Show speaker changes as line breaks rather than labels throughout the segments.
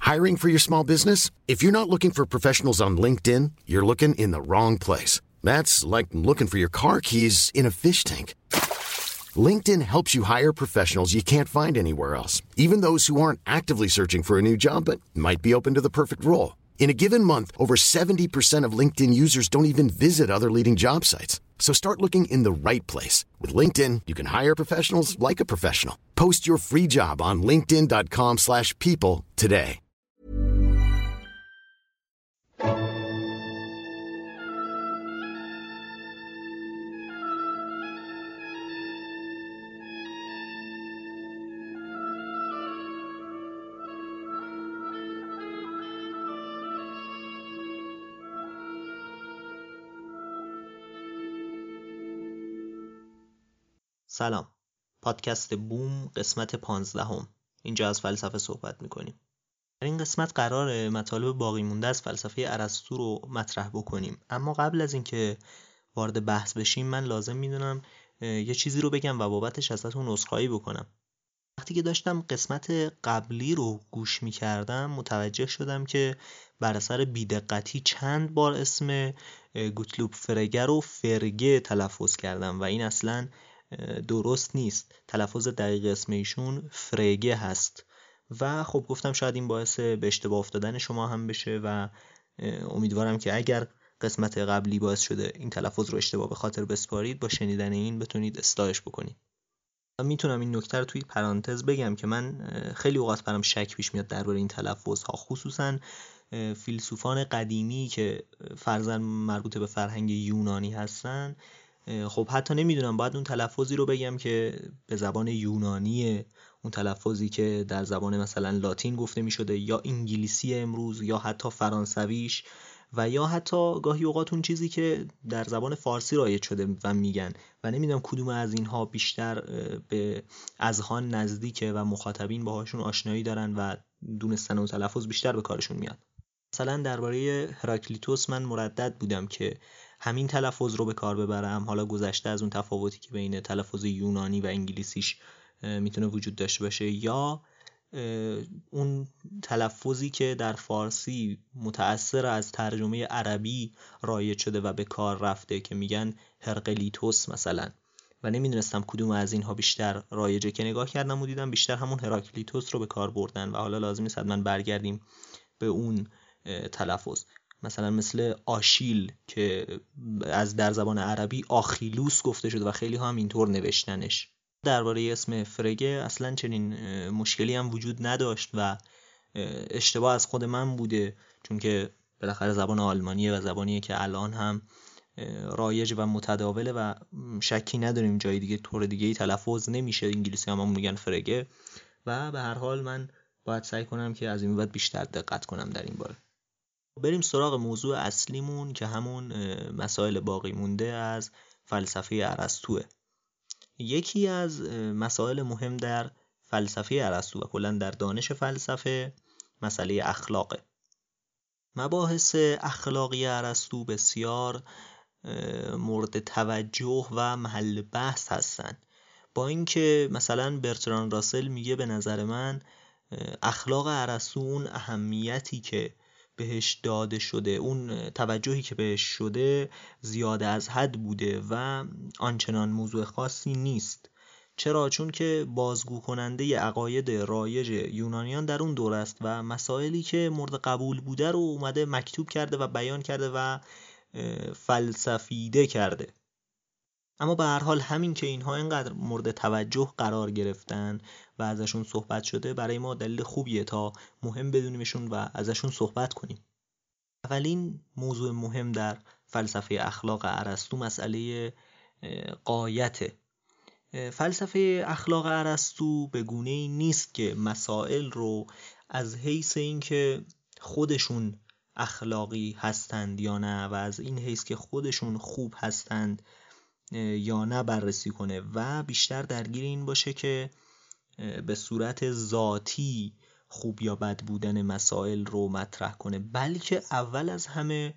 Hiring for your small business? If you're not looking for professionals on LinkedIn, you're looking in the wrong place. That's like looking for your car keys in a fish tank. LinkedIn helps you hire professionals you can't find anywhere else, even those who aren't actively searching for a new job but might be open to the perfect role. In a given month, over 70% of LinkedIn users don't even visit other leading job sites. So start looking in the right place. With LinkedIn, you can hire professionals like a professional. Post your free job on linkedin.com/people today.
سلام. پادکست بوم قسمت 15. اینجا از فلسفه صحبت میکنیم. در این قسمت قراره مطالب باقی مونده از فلسفه ارسطو رو مطرح بکنیم. اما قبل از اینکه وارد بحث بشیم من لازم میدونم یه چیزی رو بگم و بابتش ازتون عذرخواهی بکنم. وقتی که داشتم قسمت قبلی رو گوش میکردم متوجه شدم که بر اثر بی‌دقتی چند بار اسم گوتلوب فرگه رو فرگه تلفظ کردم و این اصلاً درست نیست. تلفظ دقیق اسم ایشون فرگه هست و خب گفتم شاید این باعث به اشتباه افتادن شما هم بشه و امیدوارم که اگر قسمت قبلی باعث شده این تلفظ رو اشتباه به خاطر بسپارید با شنیدن این بتونید اصلاحش بکنید. میتونم این نکته رو توی پرانتز بگم که من خیلی اوقات برام شک پیش میاد درباره این تلفظ ها، خصوصا فیلسوفان قدیمی که فرضاً مربوط به فرهنگ یونانی هستن. خب حتی نمیدونم باید اون تلفظی رو بگم که به زبان یونانی، اون تلفظی که در زبان مثلا لاتین گفته میشده یا انگلیسی امروز یا حتی فرانسویش و یا حتی گاهی اوقات اون چیزی که در زبان فارسی رایج شده و میگن و نمیدونم کدوم از اینها بیشتر به اذهان نزدیکه و مخاطبین باهاشون آشنایی دارن و دونستن اون تلفظ بیشتر به کارشون میاد. مثلا درباره هراکلیتوس من مردد بودم که همین تلفظ رو به کار ببرم، حالا گذشته از اون تفاوتی که بین تلفظ یونانی و انگلیسیش میتونه وجود داشته باشه یا اون تلفظی که در فارسی متأثر از ترجمه عربی رایج شده و به کار رفته که میگن هرقلیتوس مثلا و نمیدونستم کدوم از اینها بیشتر رایجه که نگاه کردم و دیدم بیشتر همون هراکلیتوس رو به کار بردن و حالا لازم نیست حتما برگردیم به اون تلفظ. مثلا مثل آشیل که از در زبان عربی آخیلوس گفته شده و خیلی ها هم اینطور نوشتنش. درباره اسم فرگه اصلا چنین مشکلی هم وجود نداشت و اشتباه از خود من بوده، چون که بالاخره زبان آلمانیه و زبانیه که الان هم رایج و متداوله و شکی نداریم جای دیگه طور دیگه ای تلفظ نمیشه. انگلیسی هم میگن فرگه و به هر حال من باید سعی کنم که از این بعد بیشتر دقت کنم در این باره. بریم سراغ موضوع اصلیمون که همون مسائل باقی مونده از فلسفه ارسطوئه. یکی از مسائل مهم در فلسفه ارسطو و کلاً در دانش فلسفه مسئله اخلاقه. مباحث اخلاقی ارسطو بسیار مورد توجه و محل بحث هستن، با اینکه مثلا برتراند راسل میگه به نظر من اخلاق ارسطو اون اهمیتی که بهش داده شده، اون توجهی که بهش شده زیاده از حد بوده و آنچنان موضوع خاصی نیست. چرا؟ چون که بازگو کننده عقاید رایج یونانیان در اون دوره است و مسائلی که مورد قبول بوده رو اومده مکتوب کرده و بیان کرده و فلسفیده کرده. اما به هر حال همین که اینها اینقدر مورد توجه قرار گرفتن و ازشون صحبت شده برای ما دلیل خوبیه تا مهم بدونیمشون و ازشون صحبت کنیم. اولین موضوع مهم در فلسفه اخلاق ارسطو مسئله غایته. فلسفه اخلاق ارسطو به گونه‌ای نیست که مسائل رو از حیث اینکه خودشون اخلاقی هستند یا نه و از این حیث که خودشون خوب هستند یا نه بررسی کنه و بیشتر درگیر این باشه که به صورت ذاتی خوب یا بد بودن مسائل رو مطرح کنه، بلکه اول از همه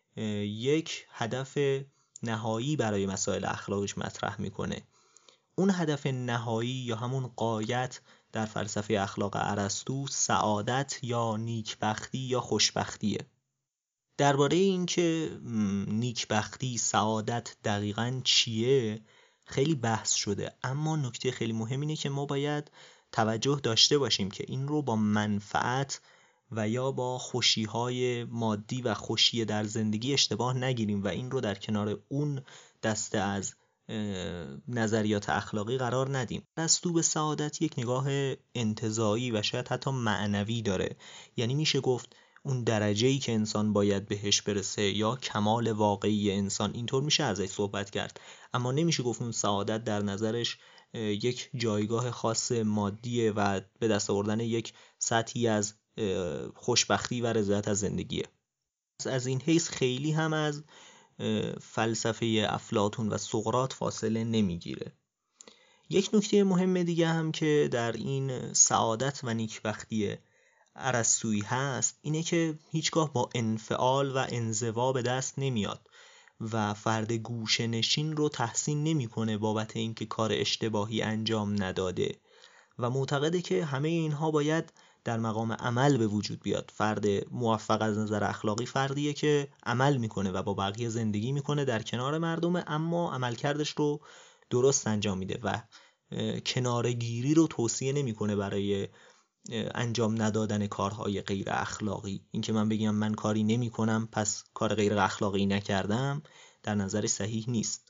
یک هدف نهایی برای مسائل اخلاقیش مطرح میکنه. اون هدف نهایی یا همون غایت در فلسفه اخلاق ارسطو سعادت یا نیکبختی یا خوشبختیه. درباره این که نیکبختی، سعادت دقیقاً چیه خیلی بحث شده، اما نکته خیلی مهم اینه که ما باید توجه داشته باشیم که این رو با منفعت و یا با خوشی‌های مادی و خوشی در زندگی اشتباه نگیریم و این رو در کنار اون دسته از نظریات اخلاقی قرار ندیم. ارسطو به سعادت یک نگاه انتزاعی و شاید حتی معنوی داره، یعنی میشه گفت اون درجه‌ای که انسان باید بهش برسه یا کمال واقعی انسان، اینطور میشه ازش صحبت کرد، اما نمیشه گفت اون سعادت در نظرش یک جایگاه خاص مادیه و به دست آوردن یک سطحی از خوشبختی و رضایت از زندگیه. از این حیث خیلی هم از فلسفه افلاطون و سقراط فاصله نمیگیره. یک نکته مهم دیگه هم که در این سعادت و نیکبختی ارسطویی هست اینه که هیچگاه با انفعال و انزوا به دست نمیاد و فرد گوشه نشین رو تحسین نمیکنه بابت اینکه کار اشتباهی انجام نداده و معتقده که همه اینها باید در مقام عمل به وجود بیاد. فرد موفق از نظر اخلاقی فردیه که عمل میکنه و با بقیه زندگی میکنه در کنار مردمه، اما عملکردش رو درست انجام میده و کنارگیری رو توصیه نمیکنه برای انجام ندادن کارهای غیر اخلاقی. اینکه من بگم من کاری نمی کنم پس کار غیر اخلاقی نکردم در نظر صحیح نیست.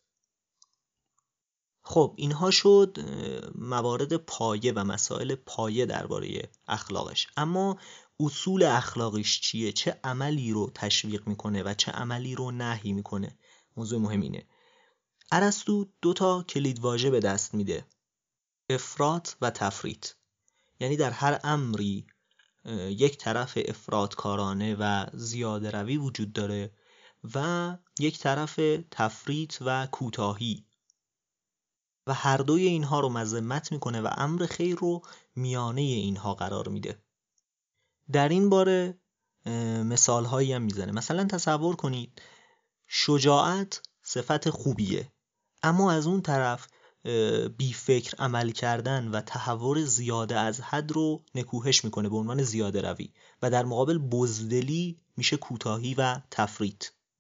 خب اینها شد موارد پایه و مسائل پایه درباره اخلاقش، اما اصول اخلاقیش چیه؟ چه عملی رو تشویق میکنه و چه عملی رو نهی میکنه؟ موضوع مهم اینه. ارسطو 2 کلیدواژه به دست میده: افراط و تفریط. یعنی در هر امری یک طرف افراطکارانه و زیاده روی وجود داره و یک طرف تفریط و کوتاهی و هر دوی اینها رو مذمت میکنه و امر خیر رو میانه اینها قرار میده. در این باره مثال هایی هم میزنه. مثلا تصور کنید شجاعت صفت خوبیه، اما از اون طرف بی فکر عمل کردن و تهور زیاده از حد رو نکوهش میکنه به عنوان زیاده روی و در مقابل بزدلی میشه کوتاهی و تفریط.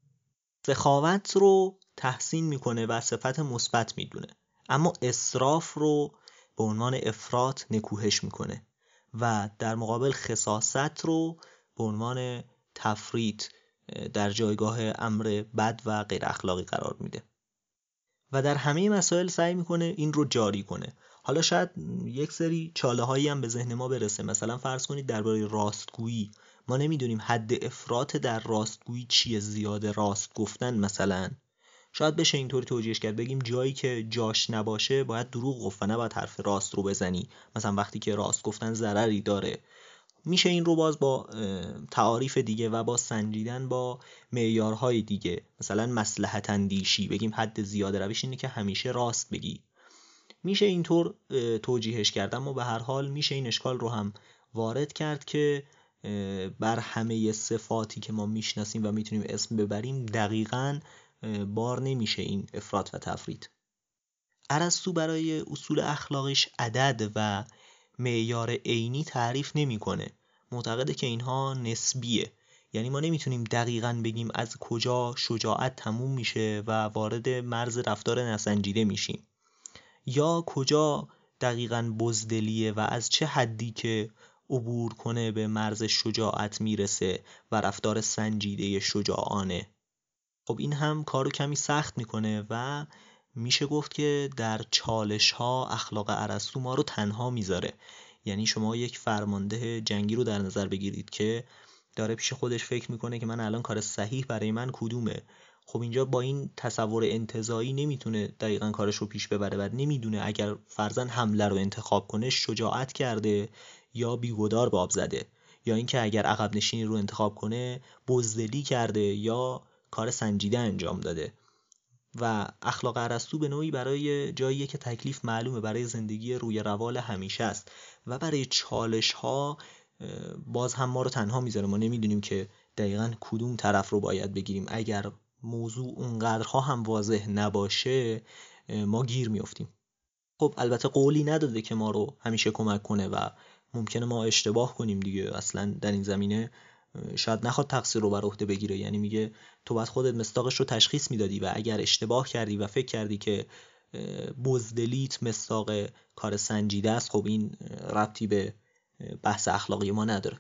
سخاوت رو تحسین میکنه و صفت مثبت میدونه، اما اسراف رو به عنوان افراط نکوهش میکنه و در مقابل خساست رو به عنوان تفریط در جایگاه امر بد و غیر اخلاقی قرار میده و در همه مسائل سعی میکنه این رو جاری کنه. حالا شاید یک سری چاله هایی هم به ذهن ما برسه. مثلا فرض کنید درباره راستگویی ما نمیدونیم حد افراط در راستگویی چیه، زیاده راست گفتن مثلا. شاید بشه اینطوری توجیهش کرد بگیم جایی که جاش نباشه باید دروغ گفت و نباید حرف راست رو بزنی، مثلا وقتی که راست گفتن ضرری داره. میشه این رو باز با تعاریف دیگه و با سنجیدن با معیارهای دیگه، مثلا مصلحت اندیشی، بگیم حد زیاده رویش اینه که همیشه راست بگی. میشه اینطور توجیهش کرد، اما به هر حال میشه این اشکال رو هم وارد کرد که بر همه صفاتی که ما میشناسیم و میتونیم اسم ببریم دقیقاً بار نمیشه این افراط و تفریط. ارسطو برای اصول اخلاقیش عدد و معیار عینی تعریف نمیکنه. معتقده که اینها نسبیه، یعنی ما نمیتونیم دقیقاً بگیم از کجا شجاعت تموم میشه و وارد مرز رفتار نسنجیده میشیم، یا کجا دقیقاً بزدلیه و از چه حدی که عبور کنه به مرز شجاعت میرسه و رفتار سنجیده شجاعانه. خب این هم کارو کمی سخت میکنه و میشه گفت که در چالش ها اخلاق ارسطو ما رو تنها میذاره. یعنی شما یک فرمانده جنگی رو در نظر بگیرید که داره پیش خودش فکر میکنه که من الان کار صحیح برای من کدومه. خب اینجا با این تصور انتزاعی نمیتونه دقیقاً کارش رو پیش ببره و نمیدونه اگر فرضاً حمله رو انتخاب کنه شجاعت کرده یا بیگدار به آب زده، یا اینکه اگر عقب نشینی رو انتخاب کنه بزدلی کرده یا کار سنجیده انجام داده. و اخلاق ارسطو به نوعی برای جاییه که تکلیف معلومه، برای زندگی روی روال همیشه است و برای چالش ها باز هم ما رو تنها میذاره. ما نمیدونیم که دقیقاً کدوم طرف رو باید بگیریم. اگر موضوع اونقدرها هم واضح نباشه ما گیر میافتیم. خب البته قولی نداده که ما رو همیشه کمک کنه و ممکنه ما اشتباه کنیم دیگه. اصلا در این زمینه شاید نخواد تقصیر رو بر عهده بگیره، یعنی میگه تو باید خودت مصداقش رو تشخیص میدادی و اگر اشتباه کردی و فکر کردی که بزدلیت مصداق کار سنجیده است، خب این ربطی به بحث اخلاقی ما نداره.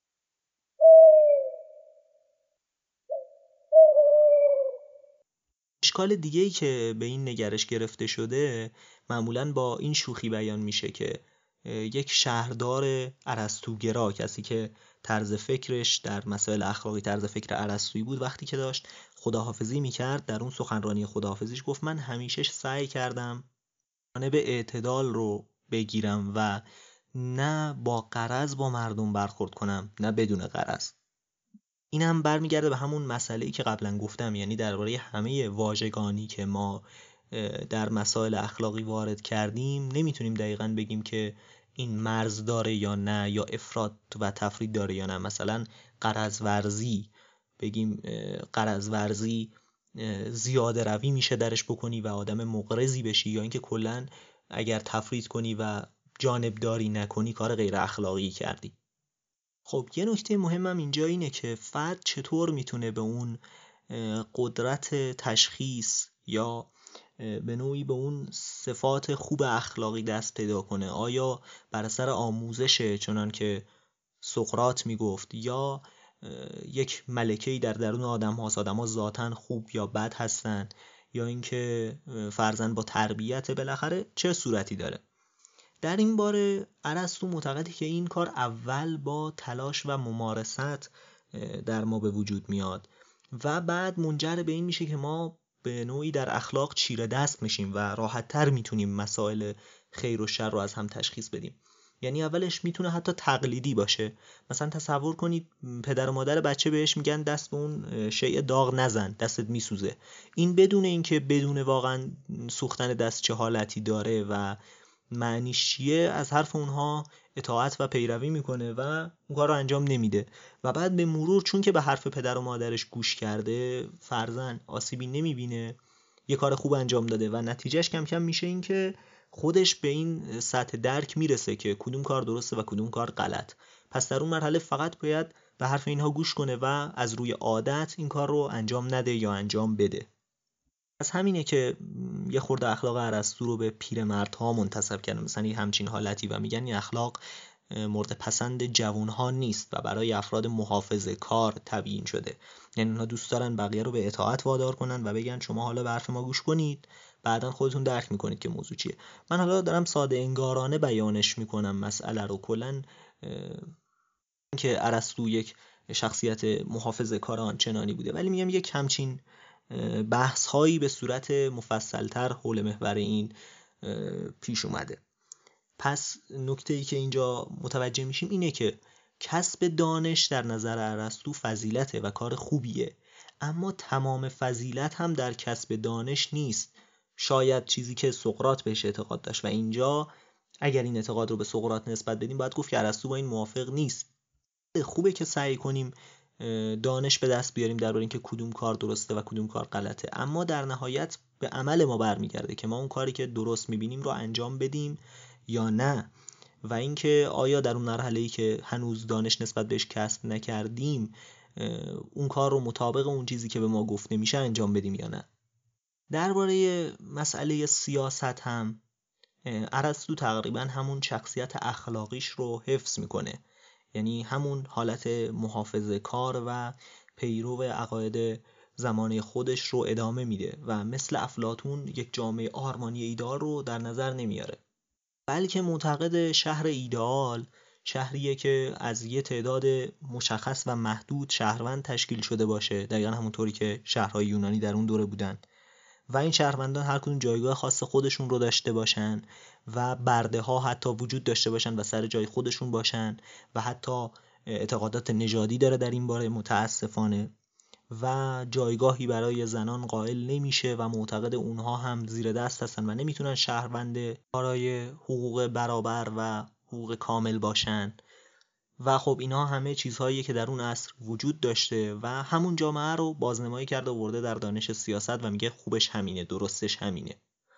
اشکال دیگه‌ای که به این نگرش گرفته شده معمولاً با این شوخی بیان میشه که یک شهردار ارسطوگرا، کسی که طرز فکرش در مسائل اخلاقی طرز فکر ارسطویی بود، وقتی که داشت خداحافظی میکرد در اون سخنرانی خداحافظیش گفت من همیشه سعی کردم جانب اعتدال رو بگیرم و نه با غرض با مردم برخورد کنم نه بدون غرض. این هم برمیگرده به همون مسئله‌ای که قبلا گفتم، یعنی درباره همه واژگانی که ما در مسائل اخلاقی وارد کردیم نمیتونیم دقیقاً بگیم که این مرز داره یا نه، یا افراط و تفرید داره یا نه. مثلا غرض ورزی، بگیم غرض ورزی زیاده روی میشه درش بکنی و آدم مغرضی بشی، یا اینکه کلاً اگر تفرید کنی و جانبداری نکنی کار غیر اخلاقی کردی. خب یه نکته مهمم اینجا اینه که فرد چطور میتونه به اون قدرت تشخیص یا به نوعی به اون صفات خوب اخلاقی دست پیدا کنه. آیا بر اثر آموزشه چنان که سقراط میگفت، یا یک ملکه‌ای در درون آدم هاست، آدم ها ذاتاً خوب یا بد هستن، یا اینکه فرضاً با تربیت بالاخره چه صورتی داره؟ در این باره ارسطو معتقده که این کار اول با تلاش و ممارست در ما به وجود میاد و بعد منجر به این میشه که ما به نوعی در اخلاق چیره دست میشیم و راحت تر میتونیم مسائل خیر و شر رو از هم تشخیص بدیم. یعنی اولش میتونه حتی تقلیدی باشه. مثلا تصور کنید پدر و مادر بچه بهش میگن دست به اون شیء داغ نزن، دستت میسوزه. این بدون اینکه بدون واقعا سوختن دست چه حالتی داره و معنیش چیه، از حرف اونها اطاعت و پیروی میکنه و اون کار رو انجام نمیده و بعد به مرور چون که به حرف پدر و مادرش گوش کرده فرضاً آسیبی نمیبینه، یه کار خوب انجام داده و نتیجهش کم کم میشه این که خودش به این سطح درک میرسه که کدوم کار درسته و کدوم کار غلط. پس در اون مرحله فقط باید به حرف اینها گوش کنه و از روی عادت این کار رو انجام نده یا انجام بده. از همینه که یه خورده اخلاق ارسطو رو به پیرمردها منتسب کردن، مثلا یه همچین حالتی، و میگن این اخلاق مورد پسند جوانها نیست و برای افراد محافظه کار تبیین شده. یعنی اونها دوست دارن بقیه رو به اطاعت وادار کنن و بگن شما حالا به حرف ما گوش کنید، بعداً خودتون درک میکنید که موضوع چیه. من حالا دارم ساده انگارانه بیانش میکنم مسئله رو، کلاً که ارسطو یک شخصیت محافظه کار آنچنانی بوده، ولی میگم یک همچین بحث هایی به صورت مفصلتر حول محور این پیش اومده. پس نکته‌ای که اینجا متوجه میشیم اینه که کسب دانش در نظر ارسطو فضیلته و کار خوبیه، اما تمام فضیلت هم در کسب دانش نیست. شاید چیزی که سقراط بهش اعتقاد داشت، و اینجا اگر این اعتقاد رو به سقراط نسبت بدیم باید گفت که ارسطو با این موافق نیست. خوبه که سعی کنیم دانش به دست بیاریم درباره اینکه کدوم کار درسته و کدوم کار غلطه، اما در نهایت به عمل ما برمیگرده که ما اون کاری که درست میبینیم رو انجام بدیم یا نه، و اینکه آیا در اون مرحله‌ای که هنوز دانش نسبت بهش کسب نکردیم اون کار رو مطابق اون چیزی که به ما گفته میشه انجام بدیم یا نه. درباره مسئله سیاست هم ارسطو تقریبا همون شخصیت اخلاقیش رو حفظ میکنه، یعنی همون حالت محافظه کار و پیرو عقاید زمانه خودش رو ادامه میده و مثل افلاطون یک جامعه آرمانی ایدئال رو در نظر نمیاره، بلکه معتقد شهر ایدئال شهریه که از یه تعداد مشخص و محدود شهروند تشکیل شده باشه، دقیقا همونطوری که شهرهای یونانی در اون دوره بودن، و این شهروندان هر کدوم جایگاه خاص خودشون رو داشته باشن و برده ها حتی وجود داشته باشن و سر جای خودشون باشن و حتی اعتقادات نژادی داره در این باره متاسفانه، و جایگاهی برای زنان قائل نمیشه و معتقد اونها هم زیر دست هستن و نمیتونن شهروند برای حقوق برابر و حقوق کامل باشن. و خب اینا همه چیزهاییه که در اون عصر وجود داشته و همون جامعه رو بازنمایی کرده و ورده در دانش سیاست و میگه خوبش همینه، درستش همینه.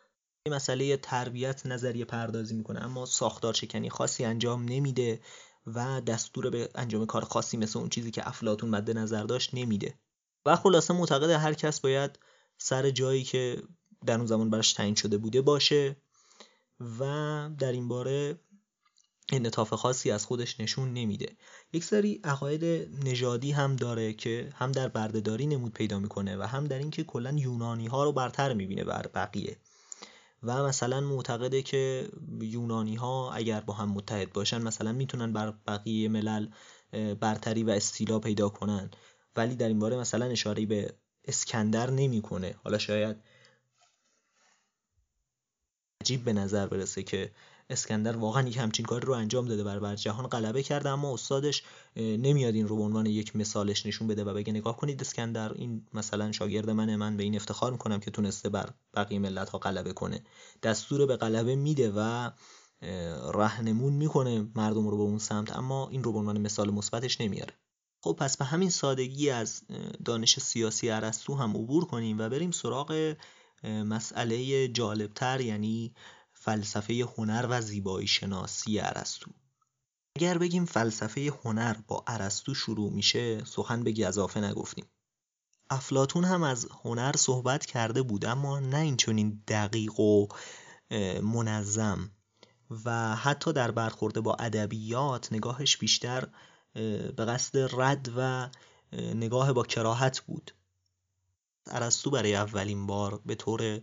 یه مسئله تربیت نظریه پردازی میکنه اما ساختار شکنی خاصی انجام نمیده و دستور به انجام کار خاصی مثل اون چیزی که افلاطون مد نظر داشت نمیده و خلاصه معتقد هر کس باید سر جایی که در اون زمان براش تعیین شده بوده باشه و در این باره انعطاف خاصی از خودش نشون نمیده. یک سری عقاید نژادی هم داره که هم در بردهداری نمود پیدا میکنه و هم در این که کلا یونانی ها رو برتر میبینه بر بقیه و مثلا معتقده که یونانی ها اگر با هم متحد باشن مثلا میتونن بر بقیه ملل برتری و استیلا پیدا کنن، ولی در این باره مثلا اشاره‌ای به اسکندر نمیکنه. حالا شاید عجیب به نظر برسه که اسکندر واقعا یک همچین کاری رو انجام داده، بر جهان غلبه کرده، اما استادش نمیاد این رو به عنوان یک مثالش نشون بده و بگه نگاه کنید اسکندر این مثلا شاگرد من به این افتخار میکنم که تونسته بر بقیه ملت ها غلبه کنه. دستور به غلبه میده و راهنمون میکنه مردم رو به اون سمت، اما این رو به عنوان مثال مثبتش نمیاره. خب پس به همین سادگی از دانش سیاسی ارسطو هم عبور کنیم و بریم سراغ مسئله جالبتر، یعنی فلسفه هنر و زیبایی شناسی ارسطو. اگر بگیم فلسفه هنر با ارسطو شروع میشه، سخن به گزافه نگفتیم. افلاطون هم از هنر صحبت کرده بود، اما نه این چنین دقیق و منظم و حتی در برخورد با ادبیات نگاهش بیشتر به قصد رد و نگاه با کراهت بود. ارسطو برای اولین بار به طور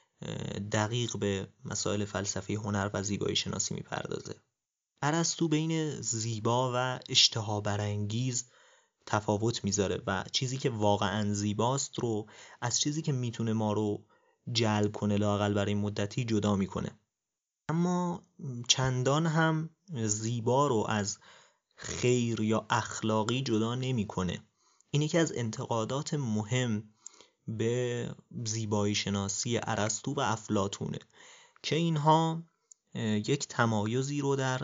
دقیق به مسائل فلسفی هنر و زیبایی شناسی میپردازه. ارسطو بین زیبا و اشتها برانگیز تفاوت میذاره و چیزی که واقعا زیباست رو از چیزی که میتونه ما رو جلب کنه لااقل برای مدتی جدا میکنه، اما چندان هم زیبا رو از خیر یا اخلاقی جدا نمیکنه. این یکی از انتقادات مهم به زیبایی شناسی ارسطو و افلاطونه که اینها یک تمایزی رو در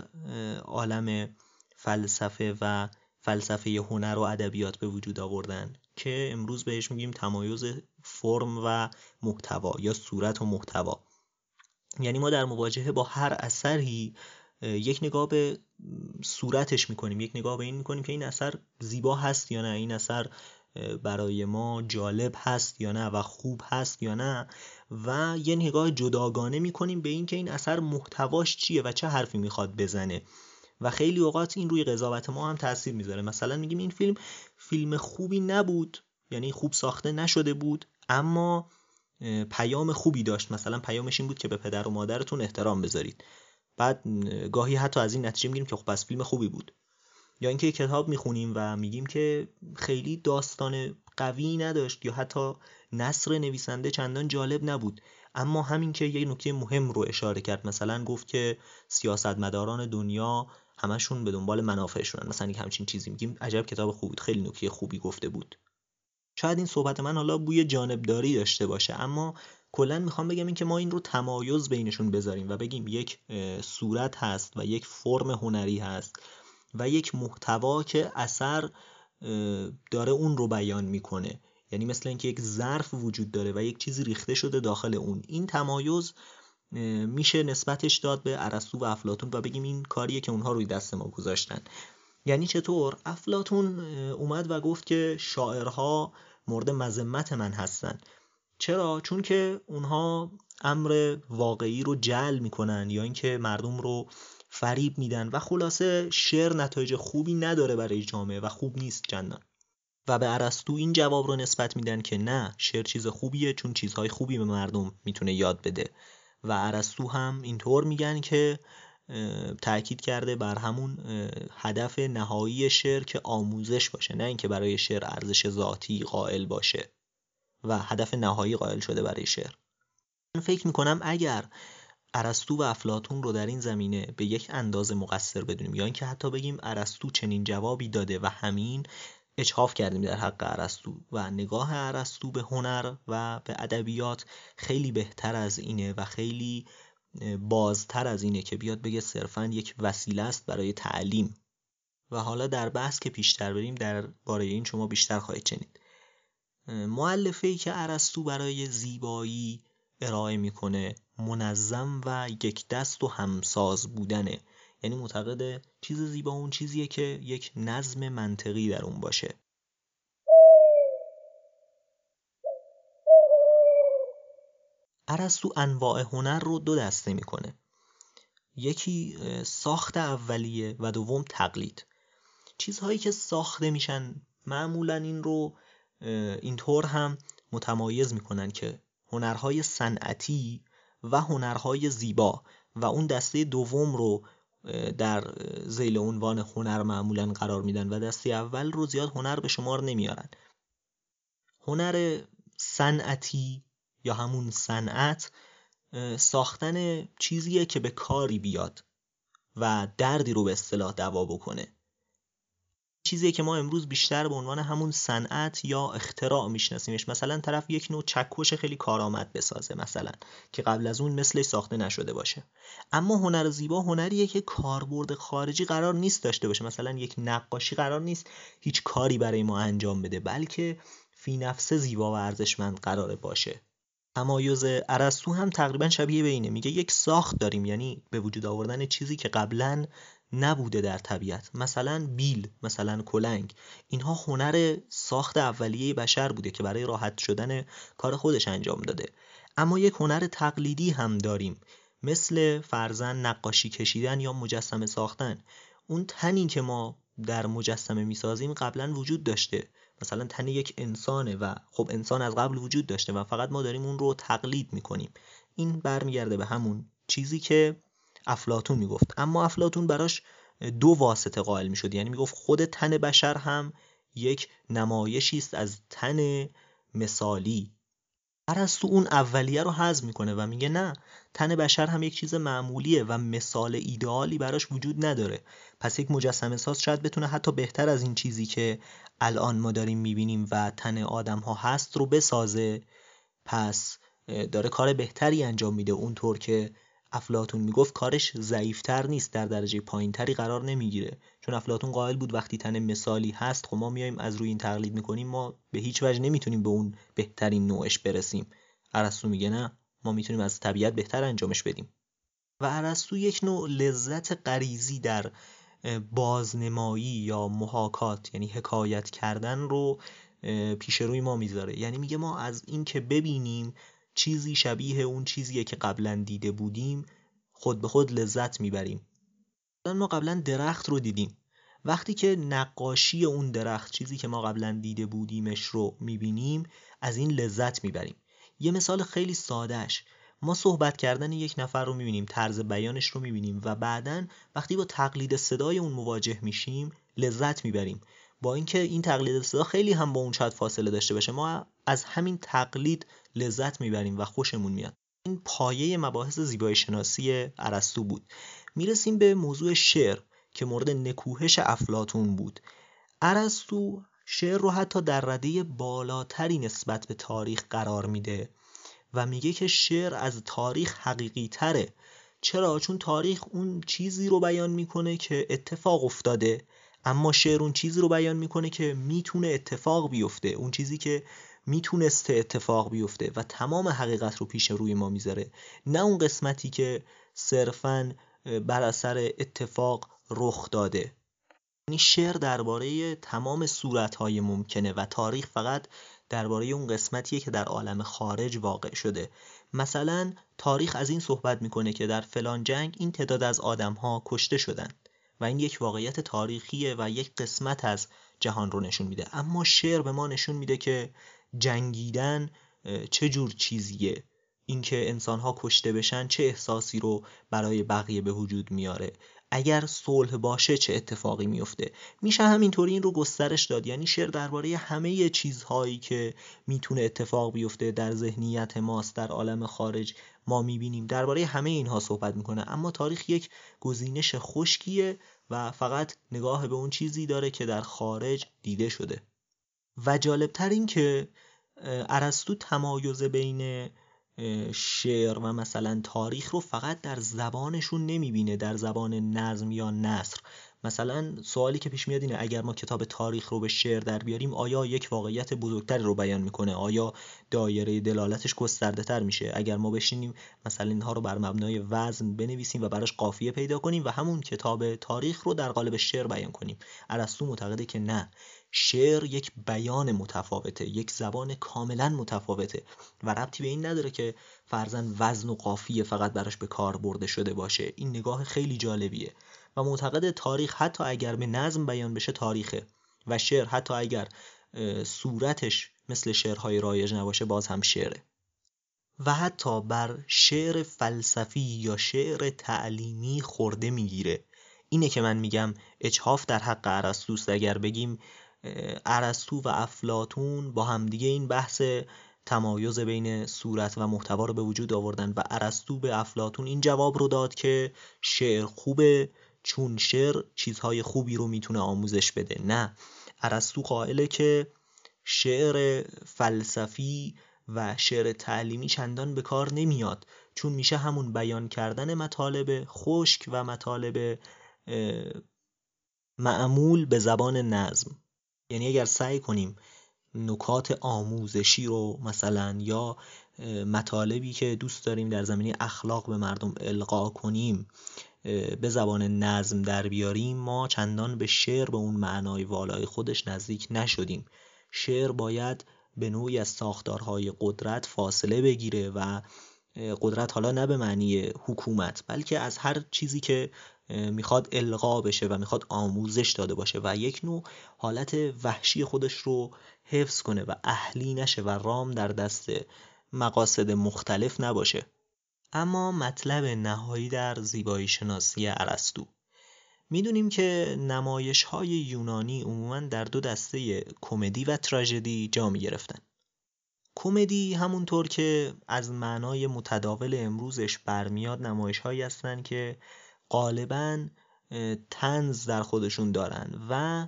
عالم فلسفه و فلسفه هنر و ادبیات به وجود آوردن که امروز بهش میگیم تمایز فرم و محتوا یا صورت و محتوا. یعنی ما در مواجهه با هر اثری یک نگاه به صورتش میکنیم، یک نگاه به این میکنیم که این اثر زیبا هست یا نه، این اثر برای ما جالب هست یا نه و خوب هست یا نه، و یه نگاه جداگانه میکنیم به این که این اثر محتواش چیه و چه حرفی میخواد بزنه و خیلی اوقات این روی قضاوت ما هم تاثیر میذاره. مثلا میگیم این فیلم خوبی نبود، یعنی خوب ساخته نشده بود، اما پیام خوبی داشت، مثلا پیامش این بود که به پدر و مادرتون احترام بذارید. بعد گاهی حتی از این نتیجه میگیریم که خب پس فیلم خوبی بود. یا اینکه کتاب میخونیم و میگیم که خیلی داستان قوی نداشت یا حتی نثر نویسنده چندان جالب نبود، اما همین که یه نکته مهم رو اشاره کرد، مثلا گفت که سیاستمداران دنیا همشون به دنبال منافعشونن، مثلا یک همچین چیزی، میگیم عجب کتاب خوبی بود، خیلی نکته خوبی گفته بود. شاید این صحبت من حالا بوی جانبداری داشته باشه، اما کلا میخوام بگم این که ما این رو تمایز بینشون بذاریم و بگیم یک صورت هست و یک فرم هنری هست و یک محتوا که اثر داره اون رو بیان میکنه، یعنی مثل اینکه یک ظرف وجود داره و یک چیزی ریخته شده داخل اون. این تمایز میشه نسبتش داد به ارسطو و افلاطون و بگیم این کاریه که اونها روی دست ما گذاشتن. یعنی چطور؟ افلاطون اومد و گفت که شاعرها مورد مذمت من هستن. چرا؟ چون که اونها امر واقعی رو جلب میکنن یا اینکه مردم رو فریب میدن و خلاصه شعر نتایج خوبی نداره برای جامعه و خوب نیست چندان. و به ارسطو این جواب رو نسبت میدن که نه، شعر چیز خوبیه چون چیزهای خوبی به مردم میتونه یاد بده. و ارسطو هم اینطور میگن که تأکید کرده بر همون هدف نهایی شعر که آموزش باشه، نه اینکه برای شعر ارزش ذاتی قائل باشه و هدف نهایی قائل شده برای شعر. من فکر میکنم اگر ارسطو و افلاطون رو در این زمینه به یک اندازه مقصر بدونیم یا اینکه حتی بگیم ارسطو چنین جوابی داده و همین، اجحاف کردیم در حق ارسطو و نگاه ارسطو به هنر و به ادبیات خیلی بهتر از اینه و خیلی بازتر از اینه که بیاد بگه صرفاً یک وسیله است برای تعلیم. و حالا در بحث که پیشتر بریم در باره این شما بیشتر خواهید شنید. مؤلفه‌ای که ارسطو برای زیبایی ارائه میکنه منظم و یک دست و همساز بودنه. یعنی معتقد چیز زیبا اون چیزیه که یک نظم منطقی در اون باشه. ارسطو انواع هنر رو 2 دسته میکنه. یکی ساخت اولیه و دوم تقلید. چیزهایی که ساخته میشن معمولا این رو اینطور هم متمایز میکنن که هنرهای صنعتی و هنرهای زیبا، و اون دسته دوم رو در ذیل عنوان هنر معمولا قرار میدن و دسته اول رو زیاد هنر به شمار نمیارن. هنر صنعتی یا همون صنعت ساختن چیزیه که به کاری بیاد و دردی رو به اصطلاح دوا بکنه. چیزیه که ما امروز بیشتر به عنوان همون صنعت یا اختراع میشناسیمش. مثلا طرف یک نوع چکش خیلی کارآمد بسازه مثلا که قبل از اون مثلش ساخته نشده باشه. اما هنر زیبا هنریه که کاربرد خارجی قرار نیست داشته باشه. مثلا یک نقاشی قرار نیست هیچ کاری برای ما انجام بده، بلکه فی نفسه زیبا و ارزشمند قراره باشه. تمایز ارسطو هم تقریبا شبیه به اینه. میگه یک ساخت داریم، یعنی به وجود آوردن چیزی که قبلا نبوده در طبیعت. مثلا بیل، مثلا کلنگ، اینها هنر ساخت اولیه بشر بوده که برای راحت شدن کار خودش انجام داده. اما یک هنر تقلیدی هم داریم، مثل فرضاً نقاشی کشیدن یا مجسمه ساختن. اون تنی که ما در مجسمه میسازیم قبلا وجود داشته، مثلا تن یک انسانه و خب انسان از قبل وجود داشته و فقط ما داریم اون رو تقلید میکنیم. این برمیگرده به همون چیزی که افلاطون میگفت. اما افلاطون براش 2 واسطه قائل میشد، یعنی میگفت خود تن بشر هم یک نمایشی است از تن مثالی. ارسطو اون اولیه رو حذف میکنه و میگه نه، تن بشر هم یک چیز معمولیه و مثال ایدئالی براش وجود نداره. پس یک مجسمه ساز شاید بتونه حتی بهتر از این چیزی که الان ما داریم میبینیم و تن آدم ها هست رو بسازه. پس داره کار بهتری انجام میده. اونطور که افلاطون میگفت کارش ضعیفتر نیست، در درجه پایینتری قرار نمیگیره. چون افلاطون قائل بود وقتی تن مثالی هست، خب ما میایم از روی این تقلید میکنیم، ما به هیچ وجه نمیتونیم به اون بهترین نوعش برسیم. ارسطو میگه نه، ما میتونیم از طبیعت بهتر انجامش بدیم. و ارسطو یک نوع لذت غریزی در بازنمایی یا محاکات، یعنی حکایت کردن رو پیش روی ما میذاره. یعنی میگه ما از این که ببینیم چیزی شبیه اون چیزیه که قبلا دیده بودیم خود به خود لذت میبریم. ما قبلا درخت رو دیدیم، وقتی که نقاشی اون درخت، چیزی که ما قبلا دیده بودیمش رو میبینیم، از این لذت میبریم. یه مثال خیلی سادهش، ما صحبت کردن یک نفر رو میبینیم، طرز بیانش رو میبینیم و بعداً وقتی با تقلید صدای اون مواجه میشیم لذت میبریم. با اینکه این تقلید صدا خیلی هم با اون شاید فاصله داشته باشه، ما از همین تقلید لذت میبریم و خوشمون میاد. این پایه مباحث زیبایی شناسی ارسطو بود. میرسیم به موضوع شعر که مورد نکوهش افلاطون بود. ارسطو شعر رو حتی در رده بالاتری نسبت به تاریخ قرار میده و میگه که شعر از تاریخ حقیقی تره. چرا؟ چون تاریخ اون چیزی رو بیان میکنه که اتفاق افتاده، اما شعر اون چیزی رو بیان میکنه که میتونه اتفاق بیفته، اون چیزی که میتونسته اتفاق بیفته و تمام حقیقت رو پیش روی ما میذاره، نه اون قسمتی که صرفاً بر اثر اتفاق رخ داده. یعنی شعر درباره تمام صورت‌های ممکنه و تاریخ فقط درباره اون قسمتیه که در عالم خارج واقع شده. مثلا تاریخ از این صحبت میکنه که در فلان جنگ این تعداد از آدم‌ها کشته شدن و این یک واقعیت تاریخیه و یک قسمت از جهان رو نشون میده. اما شعر به ما نشون میده که جنگیدن چه جور چیزیه، اینکه انسان‌ها کشته بشن چه احساسی رو برای بقیه به وجود میاره، اگر صلح باشه چه اتفاقی میفته. میشه همینطوری این رو گسترش داد. یعنی شعر درباره همه چیزهایی که میتونه اتفاق بیفته در ذهنیت ماست، در عالم خارج ما میبینیم، درباره همه اینها صحبت میکنه. اما تاریخ یک گزینش خشکیه و فقط نگاه به اون چیزی داره که در خارج دیده شده. و جالبتر این که ارسطو تمایز بین شعر و مثلا تاریخ رو فقط در زبانشون نمیبینه، در زبان نظم یا نثر، مثلا سوالی که پیش میاد اینه اگر ما کتاب تاریخ رو به شعر در بیاریم آیا یک واقعیت بزرگتر رو بیان میکنه؟ آیا دایره دلالتش گسترده تر میشه؟ اگر ما بشینیم مثلا اینها رو بر مبنای وزن بنویسیم و براش قافیه پیدا کنیم و همون کتاب تاریخ رو در قالب شعر بیان کنیم، ارسطو معتقده که نه، شعر یک بیان متفاوته، یک زبان کاملا متفاوته و ربطی به این نداره که فرضاً وزن و قافیه فقط براش به کار برده شده باشه. این نگاه خیلی جالبیه و معتقد تاریخ حتی اگر به نظم بیان بشه تاریخه و شعر حتی اگر صورتش مثل شعرهای رایج نباشه باز هم شعره. و حتی بر شعر فلسفی یا شعر تعلیمی خورده میگیره. اینه که من میگم اجحاف در حق ارسطوست. اگر بگیم ارسطو و افلاطون با همدیگه این بحث تمایز بین صورت و محتوا رو به وجود آوردن و ارسطو به افلاطون این جواب رو داد که شعر خوبه چون شعر چیزهای خوبی رو میتونه آموزش بده. نه، ارسطو قائله که شعر فلسفی و شعر تعلیمی چندان به کار نمیاد چون میشه همون بیان کردن مطالب خشک و مطالب معمول به زبان نظم. یعنی اگر سعی کنیم نکات آموزشی رو مثلا یا مطالبی که دوست داریم در زمینه اخلاق به مردم القا کنیم به زبان نظم در بیاریم، ما چندان به شعر به اون معنای والای خودش نزدیک نشدیم. شعر باید به نوعی از ساختارهای قدرت فاصله بگیره و قدرت حالا نه به معنی حکومت بلکه از هر چیزی که میخواد القا بشه و میخواد آموزش داده باشه و یک نوع حالت وحشی خودش رو حفظ کنه و اهلی نشه و رام در دست مقاصد مختلف نباشه. اما مطلب نهایی در زیبایی شناسی ارسطو، میدونیم که نمایش‌های یونانی عموماً در دو دسته کمدی و تراژدی جا می‌گرفتن. کمدی همونطور که از معنای متداول امروزش برمیاد نمایش‌هایی هستن که غالباً طنز در خودشون دارن و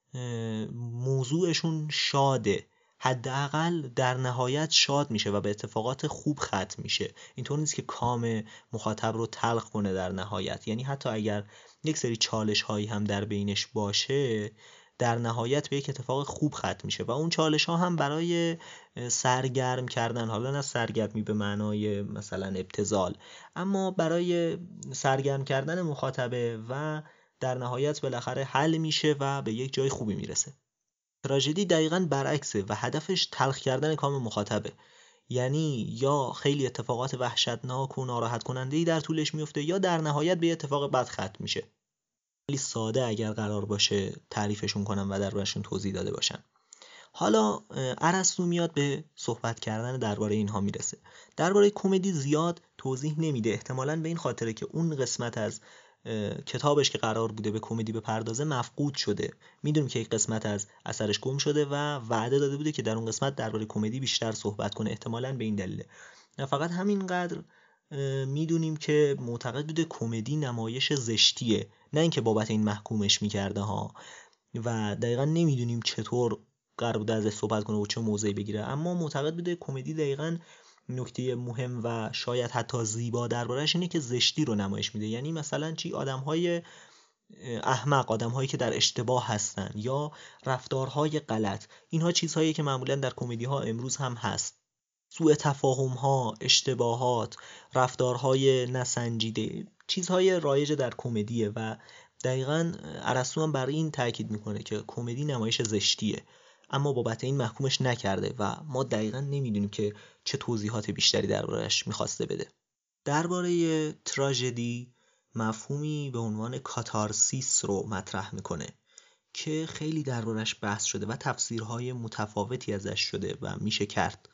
موضوعشون شاده، حداقل در نهایت شاد میشه و به اتفاقات خوب ختم میشه. اینطور نیست که کام مخاطب رو تلخ کنه در نهایت. یعنی حتی اگر یک سری چالش هایی هم در بینش باشه در نهایت به یک اتفاق خوب ختم میشه و اون چالش ها هم برای سرگرم کردن، حالا نه سرگرمی به معنای مثلا ابتذال، اما برای سرگرم کردن مخاطبه و در نهایت بالاخره حل میشه و به یک جای خوبی میرسه. تراژدی دقیقاً برعکسه و هدفش تلخ کردن کام مخاطبه. یعنی یا خیلی اتفاقات وحشتناک و ناراحت کننده‌ای در طولش میفته یا در نهایت به اتفاق بد ختم میشه. خیلی ساده اگر قرار باشه تعریفشون کنم و دربارشون توضیح داده باشم. حالا ارسطو میاد به صحبت کردن درباره اینها میرسه. درباره کمدی زیاد توضیح نمیده، احتمالاً به این خاطره که اون قسمت از کتابش که قرار بوده به کمدی بپردازه مفقود شده. میدونیم که یک قسمت از اثرش گم شده و وعده داده بوده که در اون قسمت درباره کمدی بیشتر صحبت کنه، احتمالاً به این دلیله. نه فقط همینقدر میدونیم که معتقد بوده کمدی نمایش زشتیه، نه اینکه بابت این محکومش میکرده ها و دقیقاً نمیدونیم چطور قرار بوده ازش صحبت کنه و چه موضعی بگیره، اما معتقد بوده کمدی دقیقاً نکته مهم و شاید حتی زیبا درباره‌اش اینه که زشتی رو نمایش میده. یعنی مثلا چی؟ آدم‌های احمق، آدم‌هایی که در اشتباه هستن یا رفتارهای غلط، اینها چیزهایی که معمولاً در کمدی‌ها امروز هم هست. سوء تفاهم‌ها، اشتباهات، رفتارهای نسنجیده، چیزهای رایج در کمدیه و دقیقاً ارسطو هم بر این تاکید میکنه که کمدی نمایش زشتیه اما بابت این محکومش نکرده و ما دقیقاً نمیدونیم که چه توضیحات بیشتری درباره‌اش میخواسته بده. درباره تراژدی مفهومی به عنوان کاتارسیس رو مطرح میکنه که خیلی درباره‌اش بحث شده و تفسیرهای متفاوتی ازش شده و میشه کرد.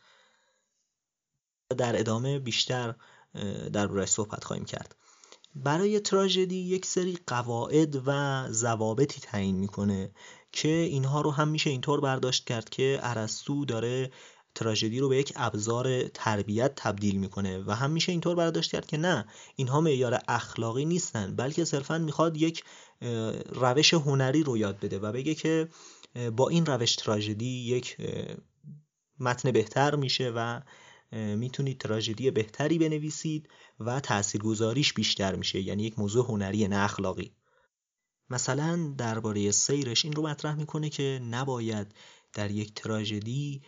در ادامه بیشتر درباره‌اش صحبت خواهیم کرد. برای تراژدی یک سری قواعد و ضوابطی تعیین میکنه که اینها رو هم میشه اینطور برداشت کرد که ارسطو داره تراژدی رو به یک ابزار تربیت تبدیل میکنه و هم میشه اینطور برداشت کرد که نه، اینها معیار اخلاقی نیستن بلکه صرفاً میخواد یک روش هنری رو یاد بده و بگه که با این روش تراژدی یک متن بهتر میشه و میتونید تراژدی بهتری بنویسید و تاثیرگذاریش بیشتر میشه. یعنی یک موضوع هنری نه اخلاقی. مثلا درباره سیرش این رو مطرح میکنه که نباید در یک تراژدی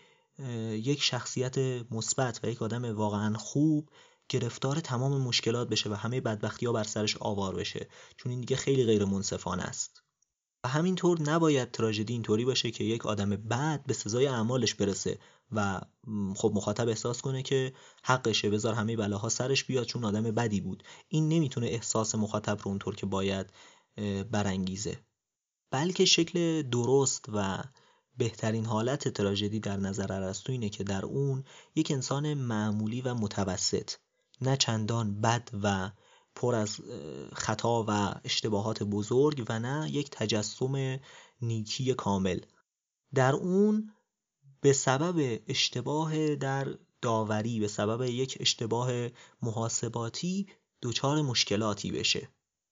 یک شخصیت مثبت و یک آدم واقعا خوب گرفتار تمام مشکلات بشه و همه بدبختی‌ها بر سرش آوار بشه، چون این دیگه خیلی غیر منصفانه است. و همینطور نباید تراژدی اینطوری باشه که یک آدم بد به سزای اعمالش برسه و خب مخاطب احساس کنه که حقشه، بذار همه بلاها سرش بیاد چون آدم بدی بود. این نمیتونه احساس مخاطب رو اونطور که باید برانگیزه، بلکه شکل درست و بهترین حالت تراژدی در نظر ارسطو اینه که در اون یک انسان معمولی و متوسط، نه چندان بد و پر از خطا و اشتباهات بزرگ و نه یک تجسم نیکی کامل، در اون به سبب اشتباه در داوری، به سبب یک اشتباه محاسباتی دچار مشکلاتی بشه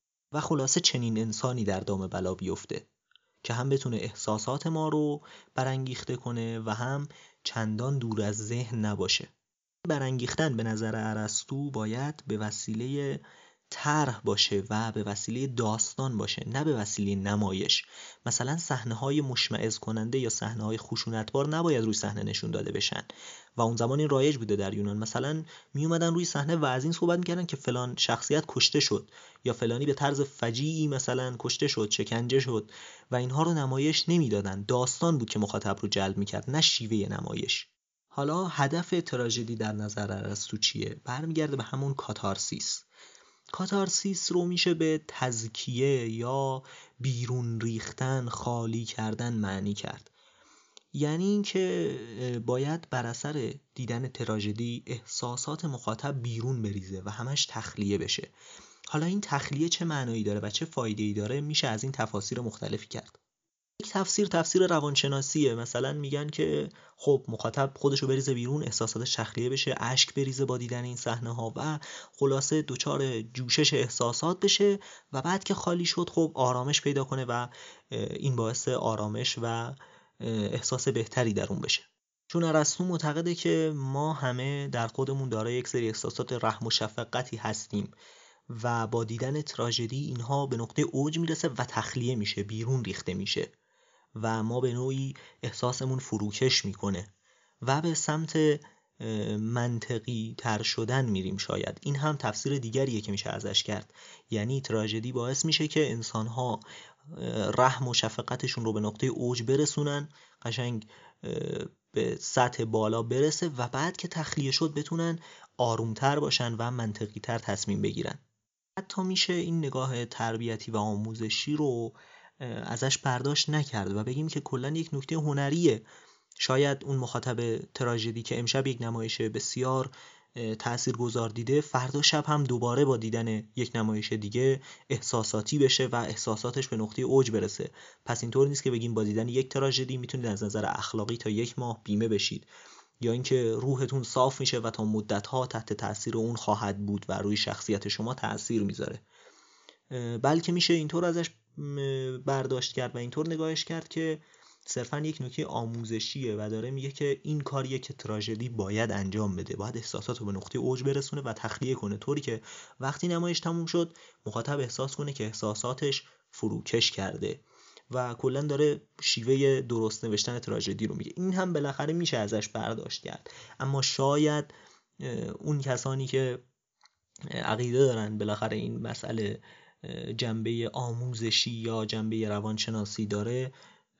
و خلاصه چنین انسانی در دام بلا بیفته که هم بتونه احساسات ما رو برانگیخته کنه و هم چندان دور از ذهن نباشه. برانگیختن به نظر ارسطو باید به وسیله طرح باشه و به وسیله داستان باشه، نه به وسیله نمایش. مثلا صحنه‌های مشمئز کننده یا صحنه‌های خشونتبار نباید روی صحنه نشون داده بشن و اون زمان این رایج بوده در یونان. مثلا می اومدن روی صحنه و از این صحبت می‌کردن که فلان شخصیت کشته شد یا فلانی به طرز فجیعی مثلا کشته شد، شکنجه شد و اینها رو نمایش نمیدادن. داستان بود که مخاطب رو جلب می‌کرد، نه شیوه نمایش. حالا هدف تراژدی در نظر ارسطو چیه؟ برمیگرده به همون کاتارسیس. کاتارسیس رو میشه به تزکیه یا بیرون ریختن، خالی کردن معنی کرد. یعنی اینکه باید بر اثر دیدن تراژدی احساسات مخاطب بیرون بریزه و همش تخلیه بشه. حالا این تخلیه چه معنایی داره و چه فایده‌ای داره میشه از این تفاسیر مختلفی کرد. یک تفسیر روانشناسیه، مثلا میگن که خب مخاطب خودشو بریزه بیرون، احساساتش تخلیه بشه، اشک بریزه با دیدن این صحنه ها و خلاصه دچار جوشش احساسات بشه و بعد که خالی شد خب آرامش پیدا کنه و این باعث آرامش و احساس بهتری در اون بشه. چون ارسطو معتقده که ما همه در خودمون دارای یک سری احساسات رحم و شفقتی هستیم و با دیدن تراژدی اینها به نقطه اوج میرسه و تخلیه میشه، بیرون ریخته میشه و ما به نوعی احساسمون فروکش میکنه و به سمت منطقی تر شدن میریم. شاید این هم تفسیر دیگریه که میشه ازش کرد. یعنی تراژدی باعث میشه که انسانها رحم و شفقتشون رو به نقطه اوج برسونن، قشنگ به سطح بالا برسه و بعد که تخلیه شد بتونن آرومتر باشن و منطقی تر تصمیم بگیرن. حتی میشه این نگاه تربیتی و آموزشی رو ازش برداشت نکرد و بگیم که کلا یک نکته هنریه. شاید اون مخاطب تراژدی که امشب یک نمایش بسیار تاثیرگذار دیده، فردا شب هم دوباره با دیدن یک نمایش دیگه احساساتی بشه و احساساتش به نقطه اوج برسه. پس اینطور نیست که بگیم با دیدن یک تراژدی میتونید از نظر اخلاقی تا 1 ماه بیمه بشید یا اینکه روحتون صاف میشه و تا مدت‌ها تحت تاثیر اون خواهد بود و روی شخصیت شما تاثیر میذاره. بلکه میشه اینطور ازش برداشت کرد و اینطور نگاهش کرد که صرفاً یک نکته آموزشیه و داره میگه که این کاریه که تراژدی باید انجام بده، باید احساساتو به نقطه اوج برسونه و تخلیه کنه، طوری که وقتی نمایش تموم شد مخاطب احساس کنه که احساساتش فروکش کرده و کلا داره شیوه درست نوشتن تراژدی رو میگه. این هم بالاخره میشه ازش برداشت کرد، اما شاید اون کسانی که عقیده دارن بالاخره این مسئله جنبه آموزشی یا جنبه روانشناسی داره،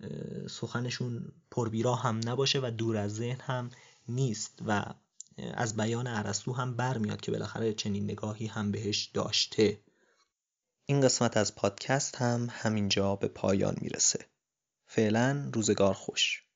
سخنشون پربیرا هم نباشه و دور از ذهن هم نیست و از بیان ارسطو هم برمیاد که بالاخره چنین نگاهی هم بهش داشته. این قسمت از پادکست هم همینجا به پایان میرسه. فعلا روزگار خوش.